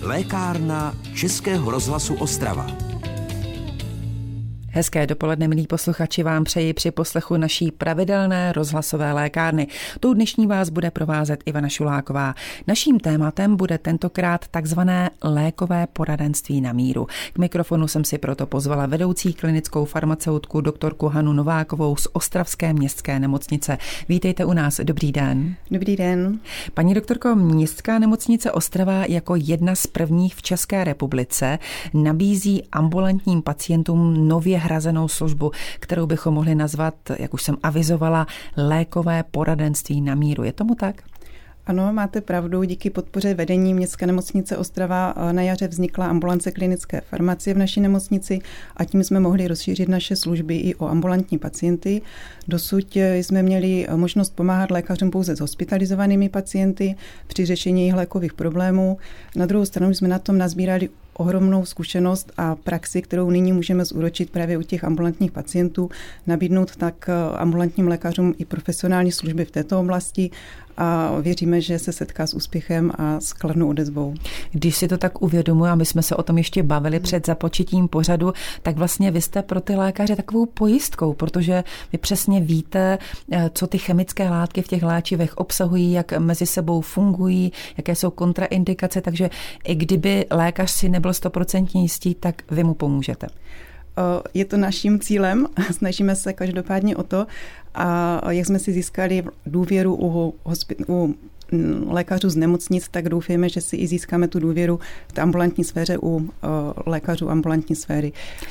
Lékárna Českého rozhlasu Ostrava. Hezké dopoledne, milí posluchači, vám přeji při poslechu naší pravidelné rozhlasové lékárny. Tu dnešní vás bude provázet Ivana Šuláková. Naším tématem bude tentokrát takzvané lékové poradenství na míru. K mikrofonu jsem si proto pozvala vedoucí klinickou farmaceutku doktorku Hanu Novákovou z Ostravské městské nemocnice. Vítejte u nás, dobrý den. Dobrý den. Paní doktorko, Městská nemocnice Ostrava jako jedna z prvních v České republice nabízí ambulantním pacientům nově hrazenou službu, kterou bychom mohli nazvat, jak už jsem avizovala, lékové poradenství na míru. Je tomu tak? Ano, máte pravdu. Díky podpoře vedení Městské nemocnice Ostrava na jaře vznikla ambulance klinické farmacie v naší nemocnici a tím jsme mohli rozšířit naše služby i o ambulantní pacienty. Dosud jsme měli možnost pomáhat lékařům pouze s hospitalizovanými pacienty při řešení jejich lékových problémů. Na druhou stranu jsme na tom nazbírali ohromnou zkušenost a praxi, kterou nyní můžeme zúročit právě u těch ambulantních pacientů, nabídnout tak ambulantním lékařům i profesionální služby v této oblasti a věříme, že se setká s úspěchem a s kladnou odezvou. Když si to tak uvědomuji, a my jsme se o tom ještě bavili před započetím pořadu, tak vlastně vy jste pro ty lékaře takovou pojistkou, protože vy přesně víte, co ty chemické látky v těch léčivech obsahují, jak mezi sebou fungují, jaké jsou kontraindikace, takže i kdyby lékař si nebyl 100% jistý, tak vy mu pomůžete. Je to naším cílem, snažíme se každopádně o to a jak jsme si získali důvěru u lékařů z nemocnic, tak doufáme, že si i získáme tu důvěru v té ambulantní sféře u lékařů ambulantní sféry.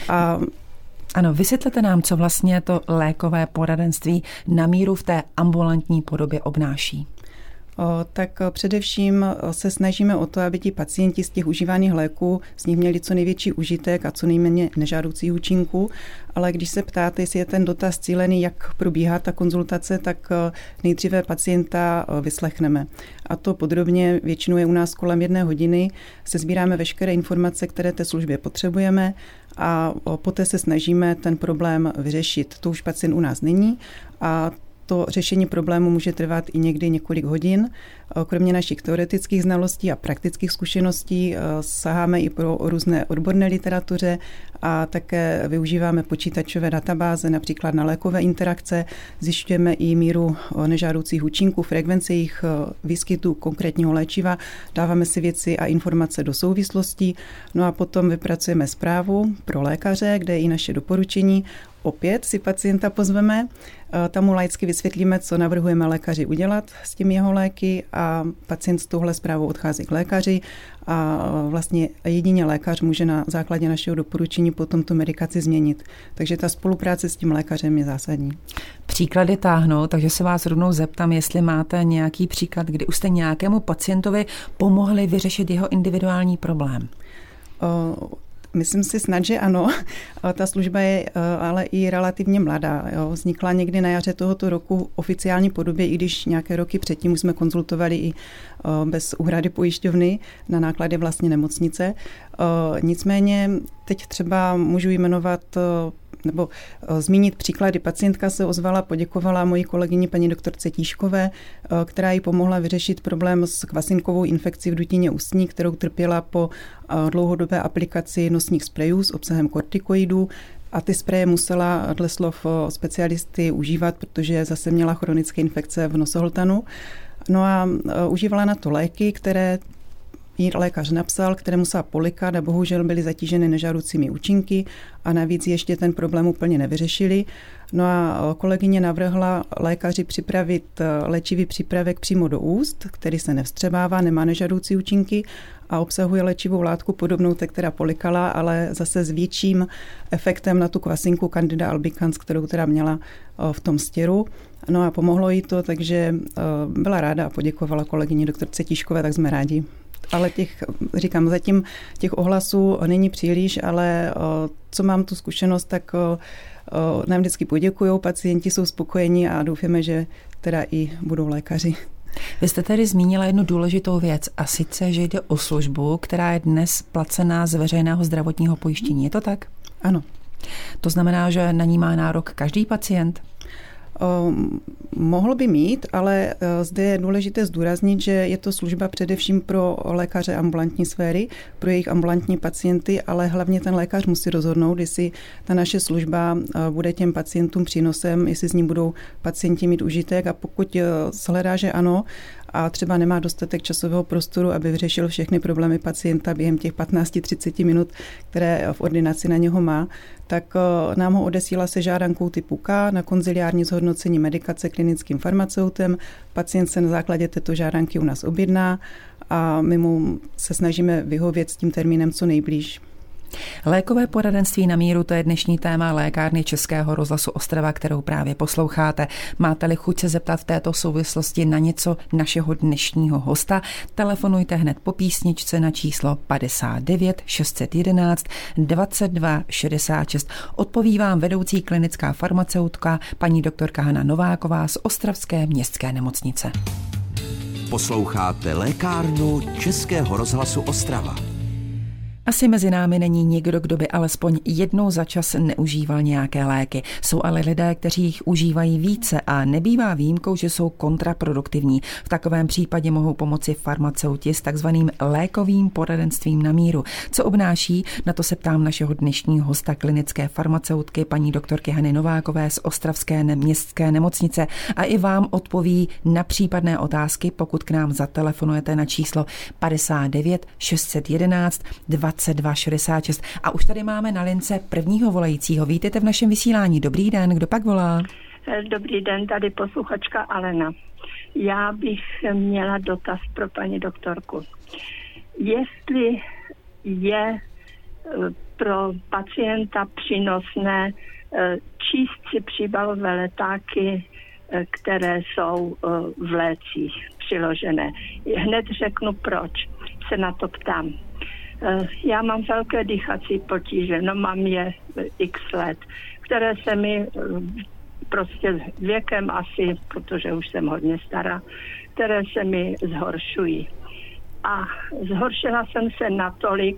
Ano, vysvětlete nám, co vlastně to lékové poradenství na míru v té ambulantní podobě obnáší. Tak především se snažíme o to, aby ti pacienti z těch užívaných léků z nich měli co největší užitek a co nejméně nežádoucích účinků, ale když se ptáte, jestli je ten dotaz cílený, jak probíhá ta konzultace, tak nejdříve pacienta vyslechneme. A to podrobně, většinou je u nás kolem 1 hodiny, sesbíráme veškeré informace, které té službě potřebujeme a poté se snažíme ten problém vyřešit. To už pacient u nás není a to řešení problému může trvat i někdy několik hodin. Kromě našich teoretických znalostí a praktických zkušeností saháme i pro různé odborné literatuře a také využíváme počítačové databáze, například na lékové interakce. Zjišťujeme i míru nežádoucích účinků, frekvence jejich výskytu konkrétního léčiva. Dáváme si věci a informace do souvislostí. No a potom vypracujeme zprávu pro lékaře, kde je i naše doporučení. Opět si pacienta pozveme, tam mu laicky vysvětlíme, co navrhujeme lékaři udělat s těmi jeho léky a pacient s touhle zprávou odchází k lékaři a vlastně jedině lékař může na základě našeho doporučení potom tu medikaci změnit. Takže ta spolupráce s tím lékařem je zásadní. Příklady táhnou, takže se vás rovnou zeptám, jestli máte nějaký příklad, kdy už jste nějakému pacientovi pomohli vyřešit jeho individuální problém. Myslím si snad, že ano. Ta služba je ale i relativně mladá. Vznikla někdy na jaře tohoto roku v oficiální podobě, i když nějaké roky předtím už jsme konzultovali i bez úhrady pojišťovny na náklady vlastně nemocnice. Nicméně teď třeba můžu jmenovat nebo zmínit příklady. Pacientka se ozvala, poděkovala mojí kolegyni paní doktorce Tíškové, která jí pomohla vyřešit problém s kvasinkovou infekcí v dutině ústní, kterou trpěla po dlouhodobé aplikaci nosních sprejů s obsahem kortikoidů. A ty spreje musela dle slov specialisty užívat, protože zase měla chronické infekce v nosohltanu. No a užívala na to léky, které jí lékař napsal, které musela polikat a bohužel byly zatíženy nežádoucími účinky a navíc ještě ten problém úplně nevyřešili. No a kolegyně navrhla lékaři připravit léčivý přípravek přímo do úst, který se nevstřebává, nemá nežádoucí účinky a obsahuje léčivou látku podobnou té, která polikala, ale zase s větším efektem na tu kvasinku Candida albicans, kterou teda měla v tom stěru. No a pomohlo jí to, takže byla ráda a poděkovala kolegyni doktorce Tíškové, tak jsme rádi. Ale zatím těch ohlasů není příliš, ale co mám tu zkušenost, tak nám vždycky poděkujou, pacienti jsou spokojení a doufáme, že teda i budou lékaři. Vy jste tady zmínila jednu důležitou věc a sice, že jde o službu, která je dnes placená z veřejného zdravotního pojištění. Je to tak? Ano. To znamená, že na ní má nárok každý pacient? Mohl by mít, ale zde je důležité zdůraznit, že je to služba především pro lékaře ambulantní sféry, pro jejich ambulantní pacienty, ale hlavně ten lékař musí rozhodnout, jestli ta naše služba bude těm pacientům přínosem, jestli z ní budou pacienti mít užitek, a pokud shledá, že ano, a třeba nemá dostatek časového prostoru, aby vyřešil všechny problémy pacienta během těch 15-30 minut, které v ordinaci na něho má, tak nám ho odesílá se žádankou typu K na konziliární zhodnocení medikace klinickým farmaceutem. Pacient se na základě této žádanky u nás objedná a my mu se snažíme vyhovět s tím termínem co nejblíž. Lékové poradenství na míru, to je dnešní téma lékárny Českého rozhlasu Ostrava, kterou právě posloucháte. Máte-li chuť se zeptat v této souvislosti na něco našeho dnešního hosta, telefonujte hned po písničce na číslo 59 611 22 66. Odpoví vám vedoucí klinická farmaceutka paní doktorka Hana Nováková z Ostravské městské nemocnice. Posloucháte lékárnu Českého rozhlasu Ostrava. Asi mezi námi není nikdo, kdo by alespoň jednou za čas neužíval nějaké léky. Jsou ale lidé, kteří jich užívají více a nebývá výjimkou, že jsou kontraproduktivní. V takovém případě mohou pomoci farmaceuti s takzvaným lékovým poradenstvím na míru. Co obnáší, na to se ptám našeho dnešního hosta, klinické farmaceutky paní doktorky Hany Novákové z Ostravské městské nemocnice, a i vám odpoví na případné otázky, pokud k nám zatelefonujete na číslo 59 611 22 66. A už tady máme na lince prvního volajícího. Vítejte v našem vysílání. Dobrý den, kdo pak volá? Dobrý den, tady posluchačka Alena. Já bych měla dotaz pro paní doktorku. Jestli je pro pacienta přínosné číst si příbalové letáky, které jsou v lécích přiložené. Hned řeknu, proč se na to ptám. Já mám velké dýchací potíže, mám je x let, které se mi prostě věkem asi, protože už jsem hodně stará, které se mi zhoršují. A zhoršila jsem se natolik,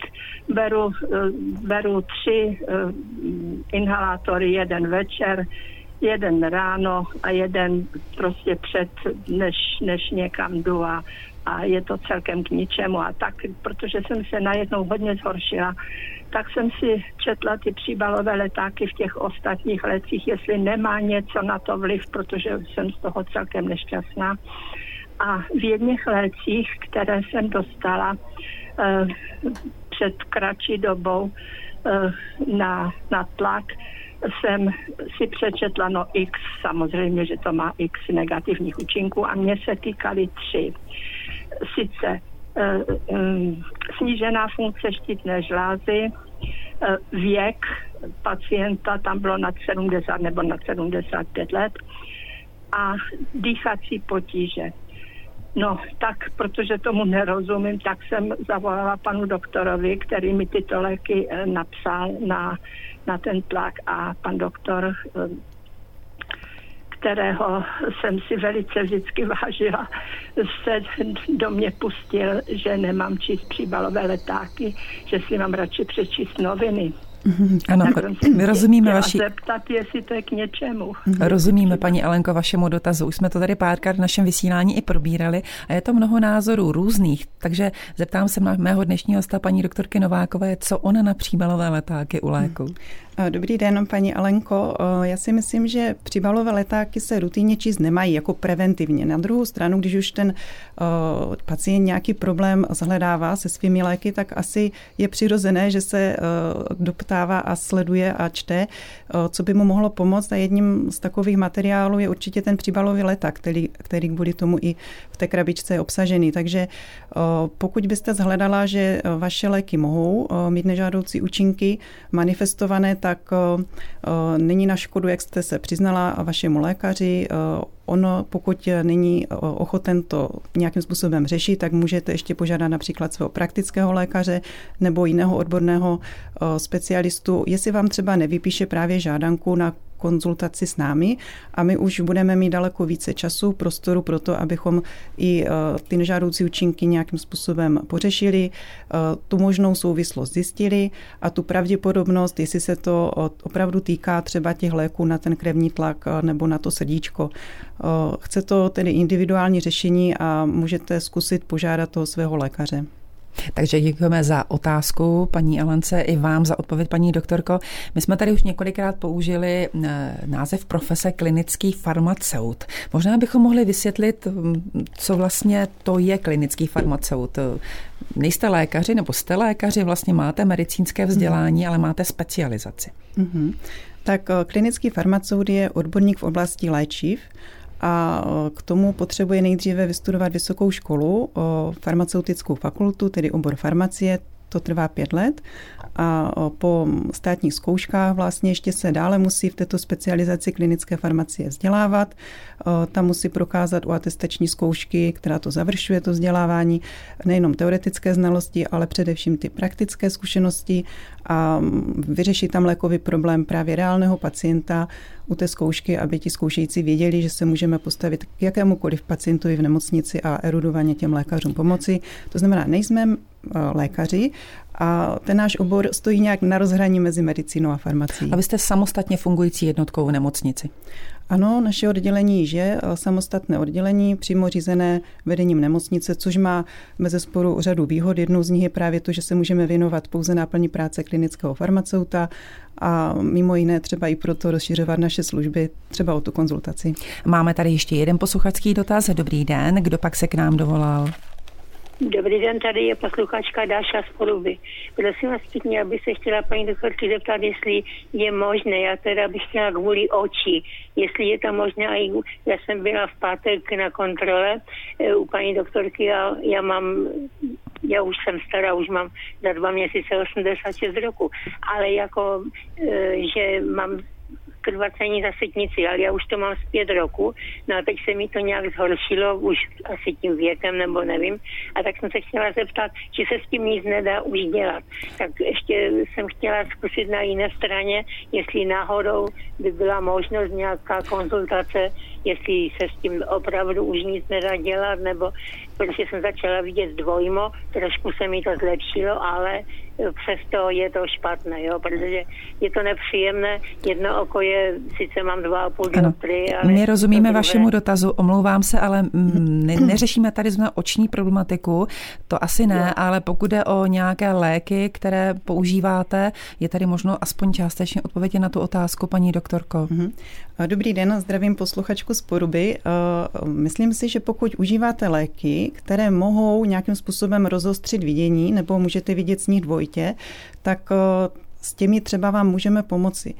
beru 3 inhalátory, jeden večer, jeden ráno a jeden prostě před, než někam jdu a je to celkem k ničemu. A tak, protože jsem se najednou hodně zhoršila, tak jsem si četla ty příbalové letáky v těch ostatních lécích, jestli nemá něco na to vliv, protože jsem z toho celkem nešťastná. A v jedných lécích, které jsem dostala před kratší dobou na tlak, jsem si přečetla X, samozřejmě, že to má X negativních účinků a mě se týkaly 3. Sice snížená funkce štítné žlázy, věk pacienta, tam bylo nad 70 nebo nad 75 let, a dýchací potíže. Tak, protože tomu nerozumím, tak jsem zavolala panu doktorovi, který mi tyto léky napsal na ten tlak, a pan doktor, kterého jsem si velice vždycky vážila, se do mě pustil, že nemám číst příbalové letáky, že si mám radši přečíst noviny. Ano, my rozumíme vaši... zeptat, jestli to je k něčemu. Rozumíme, paní Alenko, vašemu dotazu. Už jsme to tady párkrát v našem vysílání i probírali a je to mnoho názorů různých, takže zeptám se mého dnešního hosta, paní doktorky Novákové, co ona na příbalové letáky u léku. Dobrý den, paní Alenko. Já si myslím, že příbalové letáky se rutinně číst nemají jako preventivně. Na druhou stranu, když už ten pacient nějaký problém zhledává se svými léky, tak asi je přirozené, že se doptává a sleduje a čte, co by mu mohlo pomoct. A jedním z takových materiálů je určitě ten příbalový leták, který kvůli tomu i v té krabičce je obsažený. Takže pokud byste zhledala, že vaše léky mohou mít nežádoucí účinky manifestované, tak není na škodu, jak jste se přiznala vašemu lékaři. Ono, pokud není ochoten to nějakým způsobem řešit, tak můžete ještě požádat například svého praktického lékaře nebo jiného odborného specialistu, jestli vám třeba nevypíše právě žádanku na konzultaci s námi a my už budeme mít daleko více času, prostoru pro to, abychom i ty nežádoucí účinky nějakým způsobem pořešili, tu možnou souvislost zjistili a tu pravděpodobnost, jestli se to opravdu týká třeba těch léků na ten krevní tlak nebo na to srdíčko. Chce to tedy individuální řešení a můžete zkusit požádat toho svého lékaře. Takže děkujeme za otázku, paní Alence, i vám za odpověď, paní doktorko. My jsme tady už několikrát použili název profese klinický farmaceut. Možná bychom mohli vysvětlit, co vlastně to je klinický farmaceut. Nejste lékaři, nebo jste lékaři, vlastně máte medicínské vzdělání, ale máte specializaci. Tak klinický farmaceut je odborník v oblasti léčiv, a k tomu potřebuje nejdříve vystudovat vysokou školu, farmaceutickou fakultu, tedy obor farmacie, to trvá 5 let a po státních zkouškách vlastně ještě se dále musí v této specializaci klinické farmacie vzdělávat. Tam musí prokázat u atestační zkoušky, která to završuje, to vzdělávání, nejenom teoretické znalosti, ale především ty praktické zkušenosti a vyřešit tam lékový problém právě reálného pacienta u té zkoušky, aby ti zkoušející věděli, že se můžeme postavit k jakémukoliv pacientovi v nemocnici a erudovaně těm lékařům pomoci. To znamená, nejsme lékaři a ten náš obor stojí nějak na rozhraní mezi medicínou a farmacií. A vy jste samostatně fungující jednotkou v nemocnici? Ano, naše oddělení již je samostatné oddělení, přímo řízené vedením nemocnice, což má bezesporu řadu výhod. Jednou z nich je právě to, že se můžeme věnovat pouze náplní práce klinického farmaceuta a mimo jiné třeba i proto rozšiřovat naše služby, třeba o tu konzultaci. Máme tady ještě jeden posluchačský dotaz. Dobrý den, kdo pak se k nám dovolal? Dobrý den, tady je posluchačka Dáša z Poruby. Prosím vás pěkně, aby se chtěla paní doktorky zeptat, jestli je možné, já teda bych chtěla kvůli oči, jestli je to možné, a já jsem byla v pátek na kontrole u paní doktorky a já už jsem stará, už mám za 2 měsíce 86 roku, ale jako, že mám krvacení za sítnici, ale já už to mám z 5 roku, no a teď se mi to nějak zhoršilo, už asi tím věkem, nebo nevím, a tak jsem se chtěla zeptat, či se s tím nic nedá už dělat. Tak ještě jsem chtěla zkusit na jiné straně, jestli náhodou by byla možnost nějaká konzultace, jestli se s tím opravdu už nic nedá dělat, nebo protože jsem začala vidět dvojmo, trošku se mi to zlepšilo, ale přesto je to špatné, jo, protože je to nepříjemné. Jedno oko je, sice mám 2,5 dioptrie, ale... My rozumíme vašemu dotazu, omlouvám se, ale neřešíme tady zrovna oční problematiku, to asi ne, ale pokud jde o nějaké léky, které používáte, je tady možno aspoň částečně odpovědět na tu otázku, paní doktorko. Dobrý den, zdravím posluchačku z Poruby. Myslím si, že pokud užíváte léky, které mohou nějakým způsobem rozostřit vidění, nebo můžete vidět z nich dvojitě, tak s těmi třeba vám můžeme pomoci.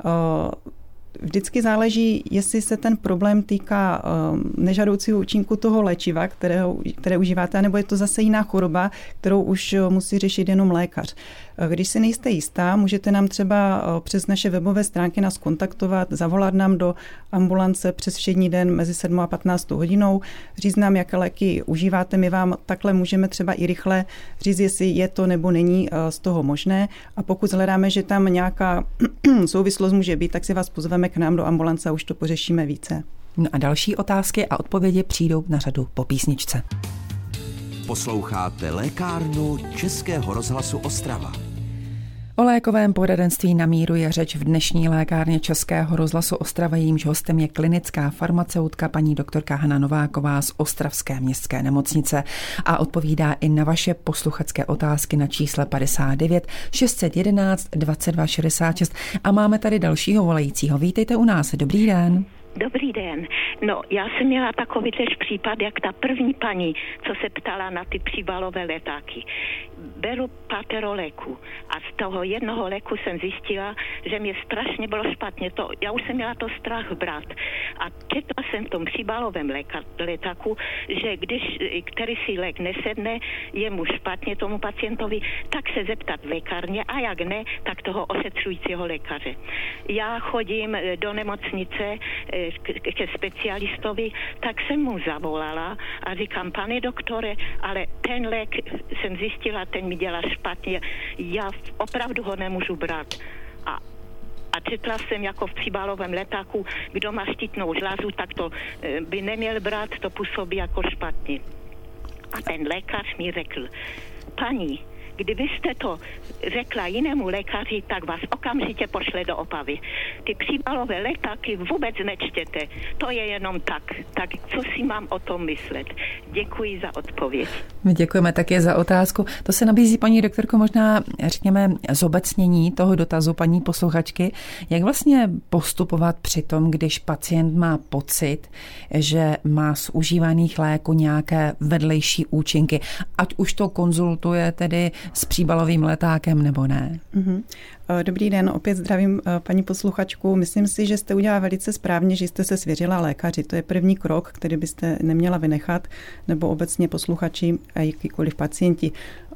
Vždycky záleží, jestli se ten problém týká nežádoucího účinku toho léčiva, které užíváte, nebo je to zase jiná choroba, kterou už musí řešit jenom lékař. Když si nejste jistá, můžete nám třeba přes naše webové stránky nás kontaktovat, zavolat nám do ambulance přes všední den mezi 7 a 15 hodinou, říct nám, jaké léky užíváte. My vám takhle můžeme třeba i rychle říct, jestli je to nebo není z toho možné. A pokud zhledáme, že tam nějaká souvislost může být, tak si vás pozveme k nám do ambulance a už to pořešíme více. No a další otázky a odpovědi přijdou na řadu po písničce. Posloucháte lékárnu Českého rozhlasu Ostrava. O lékovém poradenství na míru je řeč v dnešní lékárně Českého rozhlasu Ostrava. Jejímž hostem je klinická farmaceutka paní doktorka Hana Nováková z Ostravské městské nemocnice a odpovídá i na vaše posluchačské otázky na čísle 59 611 22 66. A máme tady dalšího volajícího. Vítejte u nás. Dobrý den. Dobrý den. No, já jsem měla takový tež případ, jak ta první paní, co se ptala na ty příbalové letáky. Beru 5 léků a z toho jednoho léku jsem zjistila, že mě strašně bylo špatně. Já už jsem měla to strach brát. A četla jsem v tom příbalovém letáku, že když který si lék nesedne, je mu špatně tomu pacientovi, tak se zeptat v lékárně a jak ne, tak toho ošetřujícího lékaře. Já chodím do nemocnice ke specialistovi, tak jsem mu zavolala a říkám, pane doktore, ale ten lék jsem zjistila, ten mi dělá špatně, já opravdu ho nemůžu brát. A A četla jsem jako v příbalovém letáku, kdo má štítnou žlázu, tak to by neměl brát, to působí jako špatně. A ten lékař mi řekl, paní, kdybyste to řekla jinému lékaři, tak vás okamžitě pošle do Opavy. Ty příbalové letáky vůbec nečtěte. To je jenom tak. Tak co si mám o tom myslet? Děkuji za odpověď. My děkujeme také za otázku. To se nabízí, paní doktorko, možná řekněme zobecnění toho dotazu paní posluchačky. Jak vlastně postupovat při tom, když pacient má pocit, že má z užívaných léků nějaké vedlejší účinky, ať už to konzultuje tedy s příbalovým letákem nebo ne? Dobrý den, opět zdravím paní posluchačku. Myslím si, že jste udělala velice správně, že jste se svěřila lékaři. To je první krok, který byste neměla vynechat, nebo obecně posluchači a jakýkoliv pacienti.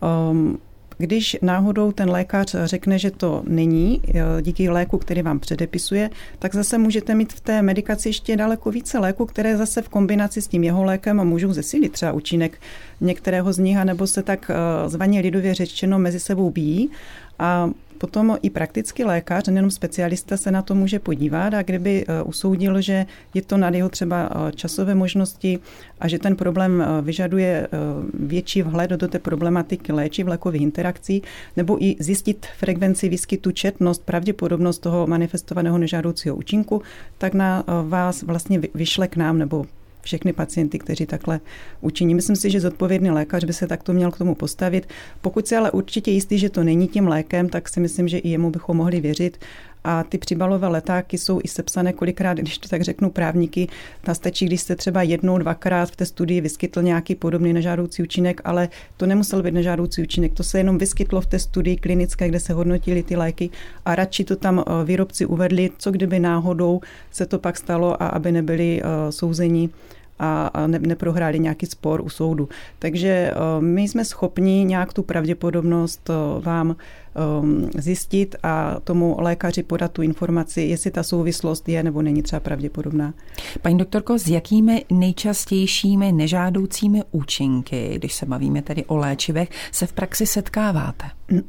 Když náhodou ten lékař řekne, že to není díky léku, který vám předepisuje, tak zase můžete mít v té medikaci ještě daleko více léků, které zase v kombinaci s tím jeho lékem můžou zesílit třeba účinek některého z nich, anebo se tak zvaně lidově řečeno mezi sebou bijí. A potom i praktický lékař, nejenom specialista, se na to může podívat a kdyby usoudil, že je to nad jeho třeba časové možnosti a že ten problém vyžaduje větší vhled do té problematiky léčiv, lékových interakcí, nebo i zjistit frekvenci výskytu, četnost, pravděpodobnost toho manifestovaného nežádoucího účinku, tak na vás vlastně vyšle k nám nebo všechny pacienty, kteří takhle učiní. Myslím si, že zodpovědný lékař by se takto měl k tomu postavit. Pokud se ale určitě jistý, že to není tím lékem, tak si myslím, že i jemu bychom mohli věřit. A ty příbalové letáky jsou i sepsané kolikrát, když to tak řeknu právníky, ta stačí, když se třeba jednou, dvakrát v té studii vyskytl nějaký podobný nežádoucí účinek, ale to nemusel být nežádoucí účinek, to se jenom vyskytlo v té studii klinické, kde se hodnotily ty léky a radši to tam výrobci uvedli, co kdyby náhodou se to pak stalo a aby nebyli souzeni a neprohráli nějaký spor u soudu. Takže my jsme schopni nějak tu pravděpodobnost vám zjistit a tomu lékaři podat tu informaci, jestli ta souvislost je nebo není třeba pravděpodobná. Paní doktorko, s jakými nejčastějšími nežádoucími účinky, když se bavíme tedy o léčivech, se v praxi setkáváte?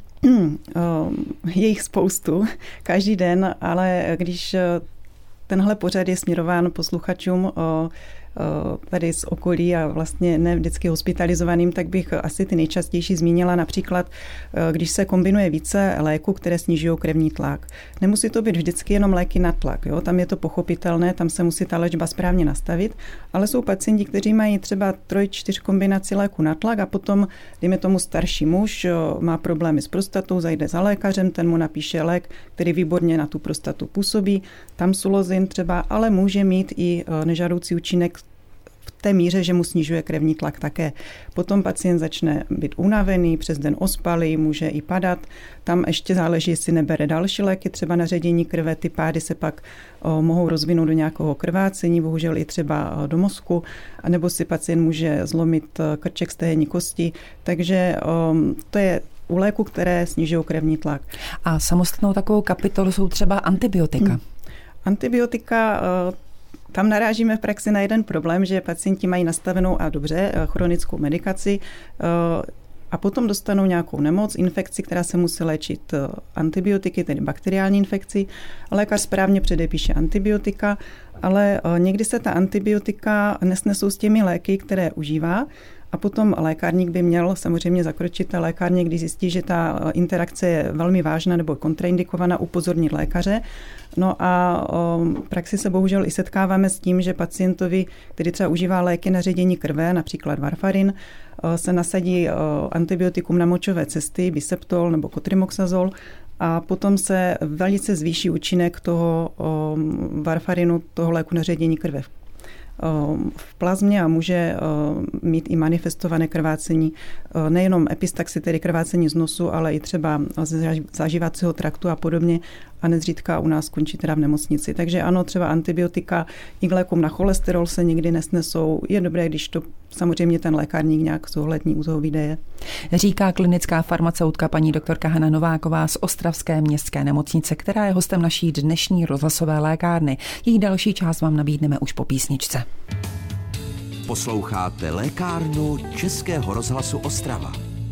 Je jich spoustu, každý den, ale když tenhle pořad je směrován posluchačům tady z okolí a vlastně ne vždycky hospitalizovaným, tak bych asi ty nejčastější zmínila například, když se kombinuje více léků, které snižují krevní tlak. Nemusí to být vždycky jenom léky na tlak, jo? Tam je to pochopitelné, tam se musí ta léčba správně nastavit, ale jsou pacienti, kteří mají třeba 3-4 kombinaci léku na tlak a potom, dejme tomu starší muž, má problémy s prostatou, zajde za lékařem, ten mu napíše lék, který výborně na tu prostatu působí, tamsulozin třeba, ale může mít i nežádoucí účinek v té míře, že mu snižuje krevní tlak také. Potom pacient začne být unavený, přes den ospalý, může i padat. Tam ještě záleží, jestli nebere další léky, třeba na ředění krve. Ty pády se pak mohou rozvinout do nějakého krvácení, bohužel i třeba do mozku, anebo si pacient může zlomit krček, stehenní kosti. Takže to je u léku, které snižují krevní tlak. A samostatnou takovou kapitolu jsou třeba antibiotika. Antibiotika, tam narážíme v praxi na jeden problém, že pacienti mají nastavenou a dobře chronickou medikaci a potom dostanou nějakou nemoc, infekci, která se musí léčit antibiotiky, tedy bakteriální infekci. Lékař správně předepíše antibiotika, ale někdy se ta antibiotika nesnesou s těmi léky, které užívá. A potom lékárník by měl samozřejmě zakročit té lékárně, když zjistí, že ta interakce je velmi vážná nebo kontraindikovaná, upozornit lékaře. No a v praxi se bohužel i setkáváme s tím, že pacientovi, který třeba užívá léky na ředění krve, například varfarin, se nasadí antibiotikum na močové cesty, Biseptol nebo Cotrimoxazol, a potom se velice zvýší účinek toho varfarinu, toho léku na ředění krve v plazmě a může mít i manifestované krvácení, nejenom epistaxy, tedy krvácení z nosu, ale i třeba z zažívacího traktu a podobně a nezřídka u nás končí teda v nemocnici. Takže ano, třeba antibiotika i k lékům na cholesterol se nikdy nesnesou. Je dobré, když to samozřejmě ten lékárník nějak zohlední u toho výdeje. Říká klinická farmaceutka paní doktorka Hana Nováková z Ostravské městské nemocnice, která je hostem naší dnešní rozhlasové lékárny. Její další část vám nabídneme už po písničce. Posloucháte lékárnu Českého rozhlasu Ostrava.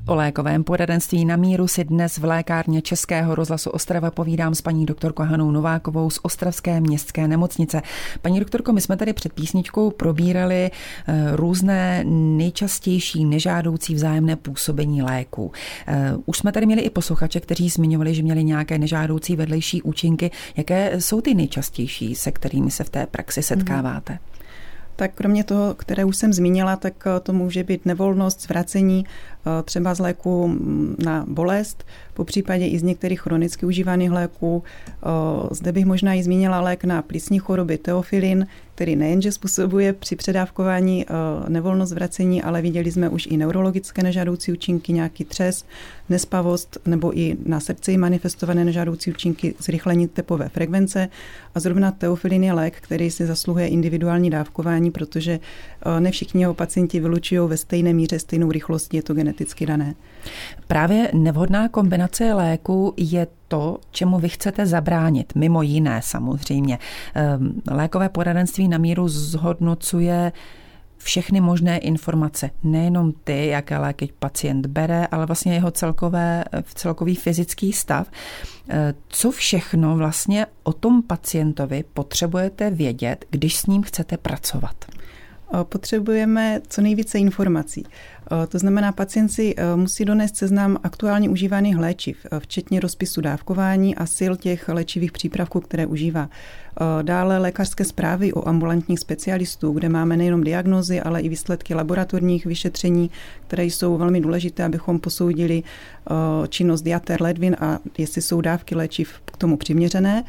O lékovém poradenství na míru si dnes v lékárně Českého rozhlasu Ostrava povídám s paní doktorkou Hanou Novákovou z Ostravské městské nemocnice. Paní doktorko, my jsme tady před písničkou probírali různé nejčastější nežádoucí vzájemné působení léků. Už jsme tady měli i posluchače, kteří zmiňovali, že měli nějaké nežádoucí vedlejší účinky. Jaké jsou ty nejčastější, se kterými se v té praxi setkáváte? Tak kromě toho, které už jsem zmínila, tak to může být nevolnost, zvracení třeba z léku na bolest, po případě i z některých chronicky užívaných léků. Zde bych možná i zmínila lék na plicní choroby teofilin, který nejenže způsobuje při předávkování nevolnost, zvracení, ale viděli jsme už i neurologické nežádoucí účinky, nějaký třes, nespavost nebo i na srdci manifestované nežádoucí účinky, zrychlení tepové frekvence. A zrovna teofilin je lék, který si zasluhuje individuální dávkování, protože ne všichni jeho pacienti vylučují ve stejné míře, stejnou rychlostí, je to geneticky dané. Právě nevhodná kombinace léku je to, čemu vy chcete zabránit, mimo jiné samozřejmě. Lékové poradenství na míru zhodnocuje všechny možné informace, nejenom ty, jaké léky pacient bere, ale vlastně jeho celkový fyzický stav. Co všechno vlastně o tom pacientovi potřebujete vědět, když s ním chcete pracovat? Potřebujeme co nejvíce informací. To znamená, pacient si musí donést seznam aktuálně užívaných léčiv, včetně rozpisu dávkování a sil těch léčivých přípravků, které užívá. Dále lékařské zprávy o ambulantních specialistů, kde máme nejenom diagnózy, ale i výsledky laboratorních vyšetření, které jsou velmi důležité, abychom posoudili činnost diater, ledvin a jestli jsou dávky léčiv k tomu přiměřené.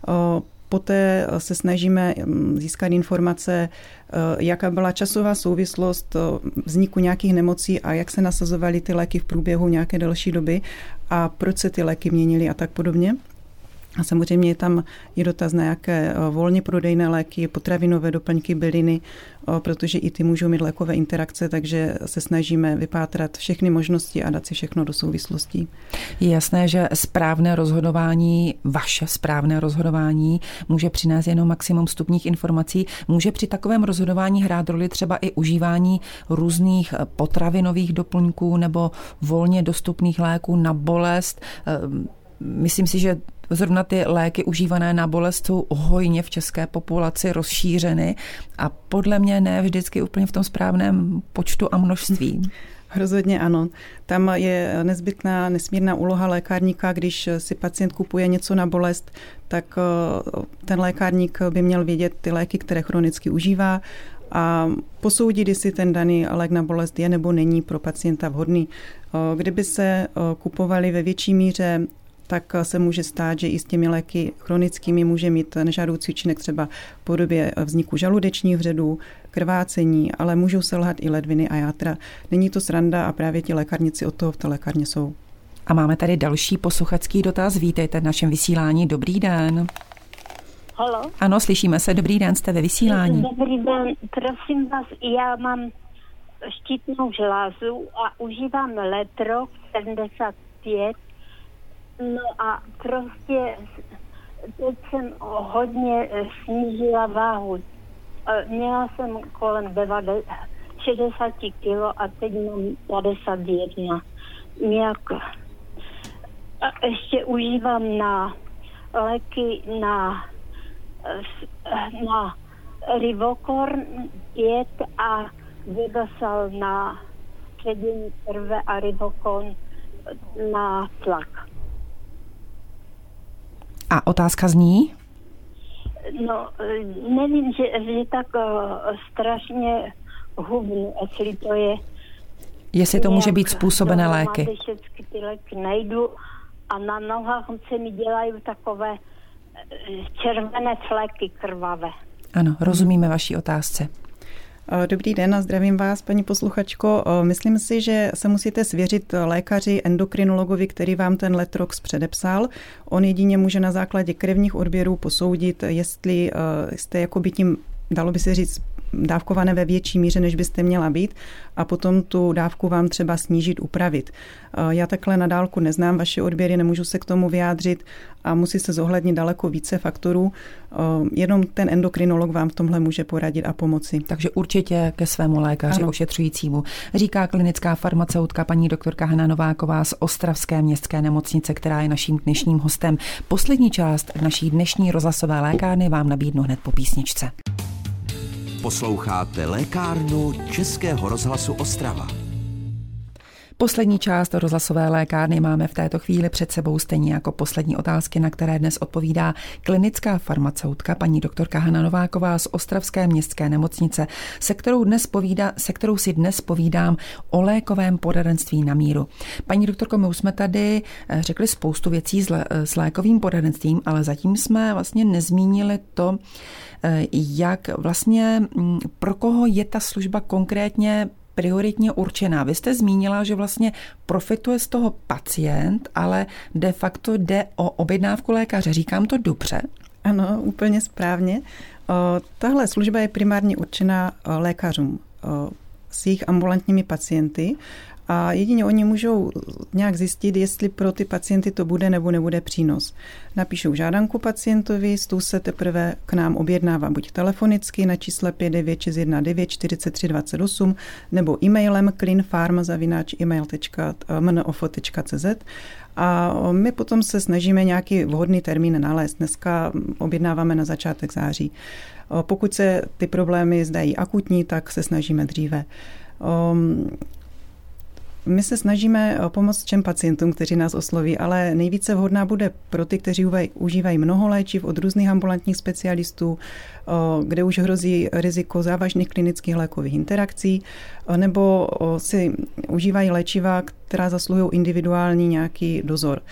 Poté se snažíme získat informace, jaká byla časová souvislost vzniku nějakých nemocí a jak se nasazovaly ty léky v průběhu nějaké delší doby a proč se ty léky měnily a tak podobně. A samozřejmě je tam i dotaz na jaké volně prodejné léky, potravinové doplňky, byliny, protože i ty můžou mít lékové interakce, takže se snažíme vypátrat všechny možnosti a dát si všechno do souvislostí. Je jasné, že správné rozhodování, vaše správné rozhodování může přinést jenom maximum vstupních informací. Může při takovém rozhodování hrát roli třeba i užívání různých potravinových doplňků nebo volně dostupných léků na bolest. Myslím si, že zrovna ty léky užívané na bolest jsou hojně v české populaci rozšířeny a podle mě ne vždycky úplně v tom správném počtu a množství. Rozhodně ano. Tam je nezbytná, nesmírná úloha lékárníka, když si pacient kupuje něco na bolest, tak ten lékárník by měl vědět ty léky, které chronicky užívá a posoudit, jestli ten daný lék na bolest je nebo není pro pacienta vhodný. Kdyby se kupovali ve větší míře, tak se může stát, že i s těmi léky chronickými může mít nežádoucí účinek třeba v podobě vzniku žaludečních vředů, krvácení, ale můžou selhat i ledviny a játra. Není to sranda a právě ti lékárníci od toho v té lékárně jsou. A máme tady další posluchačský dotaz. Vítejte v našem vysílání. Dobrý den. Halo? Ano, slyšíme se. Dobrý den, jste ve vysílání. Dobrý den, prosím vás, já mám štítnou žlázu a užívám Letrox 75. No a prostě teď jsem hodně snížila váhu. Měla jsem kolem 60 kilo a teď mám 51. Nějak. A ještě užívám na léky na Rivocorn 5 a Vidosal na středění krve a Rivocorn na tlak. A otázka zní? No, nevím, že tak strašně hubnu, jestli to je... Jestli to může být způsobené léky. Všechny ty léky najdu a na nohách se mi dělají takové červené fleky krvavé. Ano, rozumíme vaší otázce. Dobrý den a zdravím vás, paní posluchačko. Myslím si, že se musíte svěřit lékaři, endokrinologovi, který vám ten Letrox předepsal. On jedině může na základě krevních odběrů posoudit, jestli jste jakoby tím, dalo by se říct, dávkované ve větší míře, než byste měla být a potom tu dávku vám třeba snížit, upravit. Já takhle na dálku neznám vaše odběry, nemůžu se k tomu vyjádřit a musí se zohlednit daleko více faktorů. Jenom ten endokrinolog vám v tomhle může poradit a pomoci. Takže určitě ke svému lékaři ošetřujícímu, říká klinická farmaceutka paní doktorka Hana Nováková z Ostravské městské nemocnice, která je naším dnešním hostem. Poslední část naší dnešní rozhlasové lékárny vám nabídnu hned po písničce. Posloucháte lékárnu Českého rozhlasu Ostrava. Poslední část rozhlasové lékárny máme v této chvíli před sebou, stejně jako poslední otázky, na které dnes odpovídá klinická farmaceutka paní doktorka Hana Nováková z Ostravské městské nemocnice, se kterou si dnes povídám o lékovém poradenství na míru. Paní doktorko, my už jsme tady řekli spoustu věcí s lékovým poradenstvím, ale zatím jsme vlastně nezmínili to, jak vlastně pro koho je ta služba konkrétně prioritně určená. Vy jste zmínila, že vlastně profituje z toho pacient, ale de facto jde o objednávku lékaře. Říkám to dobře? Ano, úplně správně. Tahle služba je primárně určená lékařům s jejich ambulantními pacienty a jedině oni můžou nějak zjistit, jestli pro ty pacienty to bude nebo nebude přínos. Napíšou žádanku pacientovi, s tou se teprve k nám objednává buď telefonicky na čísle 59619 43 28 nebo e-mailem cleanfarm@email.mnofo.cz a my potom se snažíme nějaký vhodný termín nalézt. Dneska objednáváme na začátek září. Pokud se ty problémy zdají akutní, tak se snažíme dříve. My se snažíme pomoct všem pacientům, kteří nás osloví, ale nejvíce vhodná bude pro ty, kteří užívají mnoho léčiv od různých ambulantních specialistů, kde už hrozí riziko závažných klinických lékových interakcí, nebo si užívají léčiva, která zasluhují individuální nějaký dozor.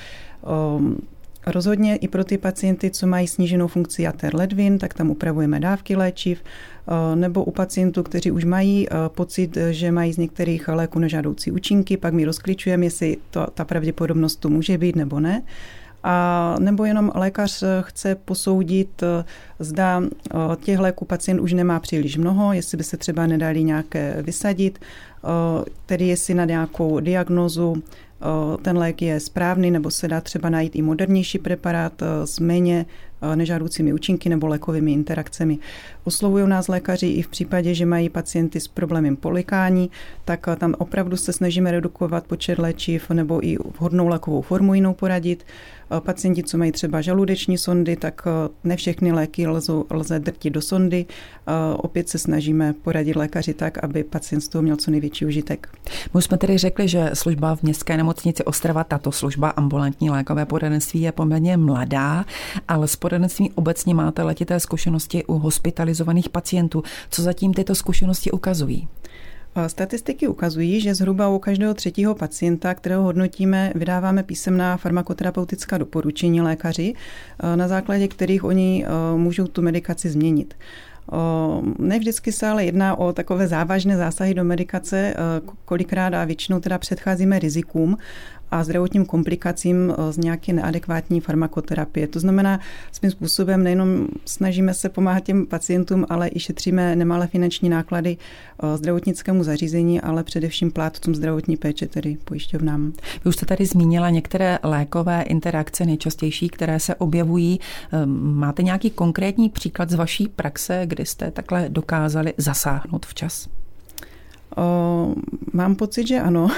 Rozhodně i pro ty pacienty, co mají sníženou funkci jater ledvin, tak tam upravujeme dávky léčiv, nebo u pacientů, kteří už mají pocit, že mají z některých léků nežádoucí účinky, pak my rozklíčujeme, jestli ta pravděpodobnost tu může být nebo ne. A nebo jenom lékař chce posoudit, zda těch léků pacient už nemá příliš mnoho, jestli by se třeba nedali nějaké vysadit, tedy jestli na nějakou diagnózu ten lék je správný, nebo se dá třeba najít i modernější preparát s méně nežádoucími účinky nebo lékovými interakcemi. Oslovují nás lékaři i v případě, že mají pacienty s problémem polikání, tak tam opravdu se snažíme redukovat počet léčiv nebo i vhodnou lékovou formu jinou poradit. Pacienti, co mají třeba žaludeční sondy, tak ne všechny léky lze drtit do sondy. Opět se snažíme poradit lékaři tak, aby pacient z toho měl co největší užitek. My jsme tedy řekli, že služba v městské nemocnici Ostrava, tato služba ambulantní lékové poradenství je poměrně mladá, ale s poradenstvím obecně máte letité zkušenosti u hospitalizovaných pacientů. Co zatím tyto zkušenosti ukazují? Statistiky ukazují, že zhruba u každého 3. pacienta, kterého hodnotíme, vydáváme písemná farmakoterapeutická doporučení lékaři, na základě kterých oni můžou tu medikaci změnit. Ne vždycky se ale jedná o takové závažné zásahy do medikace, kolikrát a většinou teda předcházíme rizikům a zdravotním komplikacím z nějaké neadekvátní farmakoterapie. To znamená, svým způsobem nejenom snažíme se pomáhat těm pacientům, ale i šetříme nemalé finanční náklady zdravotnickému zařízení, ale především plátcům zdravotní péče, tedy pojišťovnám. Vy už jste tady zmínila některé lékové interakce nejčastější, které se objevují. Máte nějaký konkrétní příklad z vaší praxe, kdy jste takhle dokázali zasáhnout včas? Mám pocit, že ano.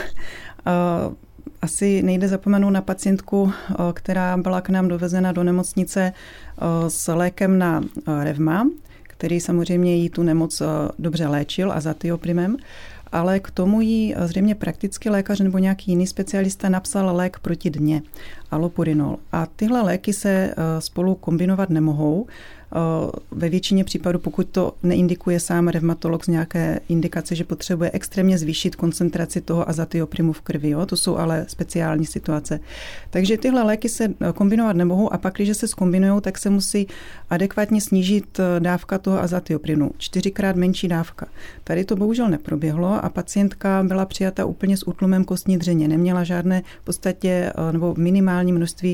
Asi nejde zapomenout na pacientku, která byla k nám dovezena do nemocnice s lékem na revma, který samozřejmě jí tu nemoc dobře léčil, azathioprimem, ale k tomu jí zřejmě praktický lékař nebo nějaký jiný specialista napsal lék proti dně, allopurinol. A tyhle léky se spolu kombinovat nemohou. Ve většině případů, pokud to neindikuje sám revmatolog z nějaké indikace, že potřebuje extrémně zvýšit koncentraci toho azatioprimu v krvi. Jo? To jsou ale speciální situace. Takže tyhle léky se kombinovat nemohou a pak, když se zkombinují, tak se musí adekvátně snížit dávka toho azatioprinu. 4x menší dávka. Tady to bohužel neproběhlo a pacientka byla přijata úplně s útlumem kostní dřeně. Neměla žádné v podstatě nebo minimální množství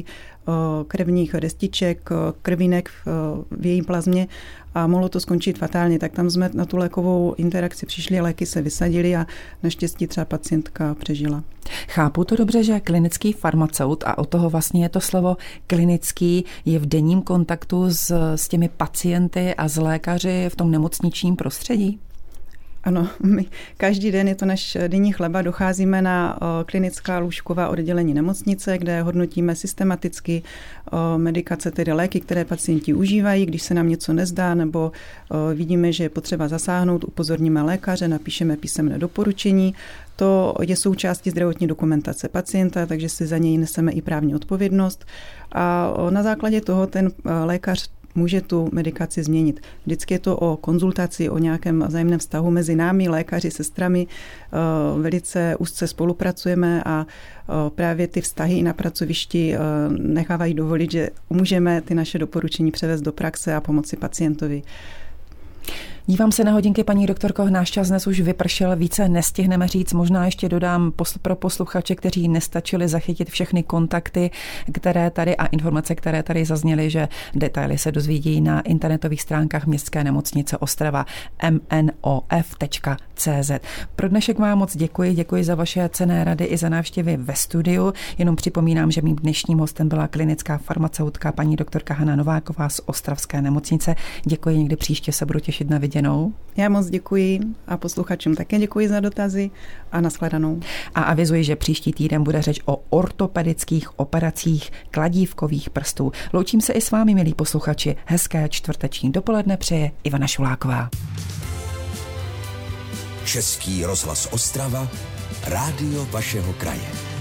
krevních destiček, krvinek v její plazmě a mohlo to skončit fatálně. Tak tam jsme na tu lékovou interakci přišli, léky se vysadily a naštěstí třeba pacientka přežila. Chápu to dobře, že klinický farmaceut, a od toho vlastně je to slovo klinický, je v denním kontaktu s těmi pacienty a s lékaři v tom nemocničním prostředí? Ano, my každý den, je to náš denní chleba, docházíme na klinická lůžková oddělení nemocnice, kde hodnotíme systematicky medikace, tedy léky, které pacienti užívají. Když se nám něco nezdá nebo vidíme, že je potřeba zasáhnout, upozorníme lékaře, napíšeme písemné doporučení. To je součástí zdravotní dokumentace pacienta, takže si za něj neseme i právní odpovědnost. A na základě toho ten lékař může tu medikaci změnit. Vždycky je to o konzultaci, o nějakém vzájemném vztahu mezi námi, lékaři, sestrami. Velice úzce spolupracujeme a právě ty vztahy na pracovišti nechávají dovolit, že můžeme ty naše doporučení převést do praxe a pomoci pacientovi. Dívám se na hodinky, paní doktorko, náš čas dnes už vypršel, více nestihneme říct, možná ještě dodám pro posluchače, kteří nestačili zachytit všechny kontakty, které tady a informace, které tady zazněly, že detaily se dozvědí na internetových stránkách Městské nemocnice Ostrava mnof.cz. Pro dnešek vám moc děkuji za vaše cenné rady i za návštěvy ve studiu. Jenom připomínám, že mým dnešním hostem byla klinická farmaceutka paní doktorka Hana Nováková z Ostravské nemocnice. Děkuji, někdy příště se budu těšit na viděnou. Já moc děkuji a posluchačům také děkuji za dotazy a nashledanou. A avizuji, že příští týden bude řeč o ortopedických operacích kladívkových prstů. Loučím se i s vámi, milí posluchači. Hezké čtvrteční dopoledne přeje Ivana Šuláková. Český rozhlas Ostrava, rádio vašeho kraje.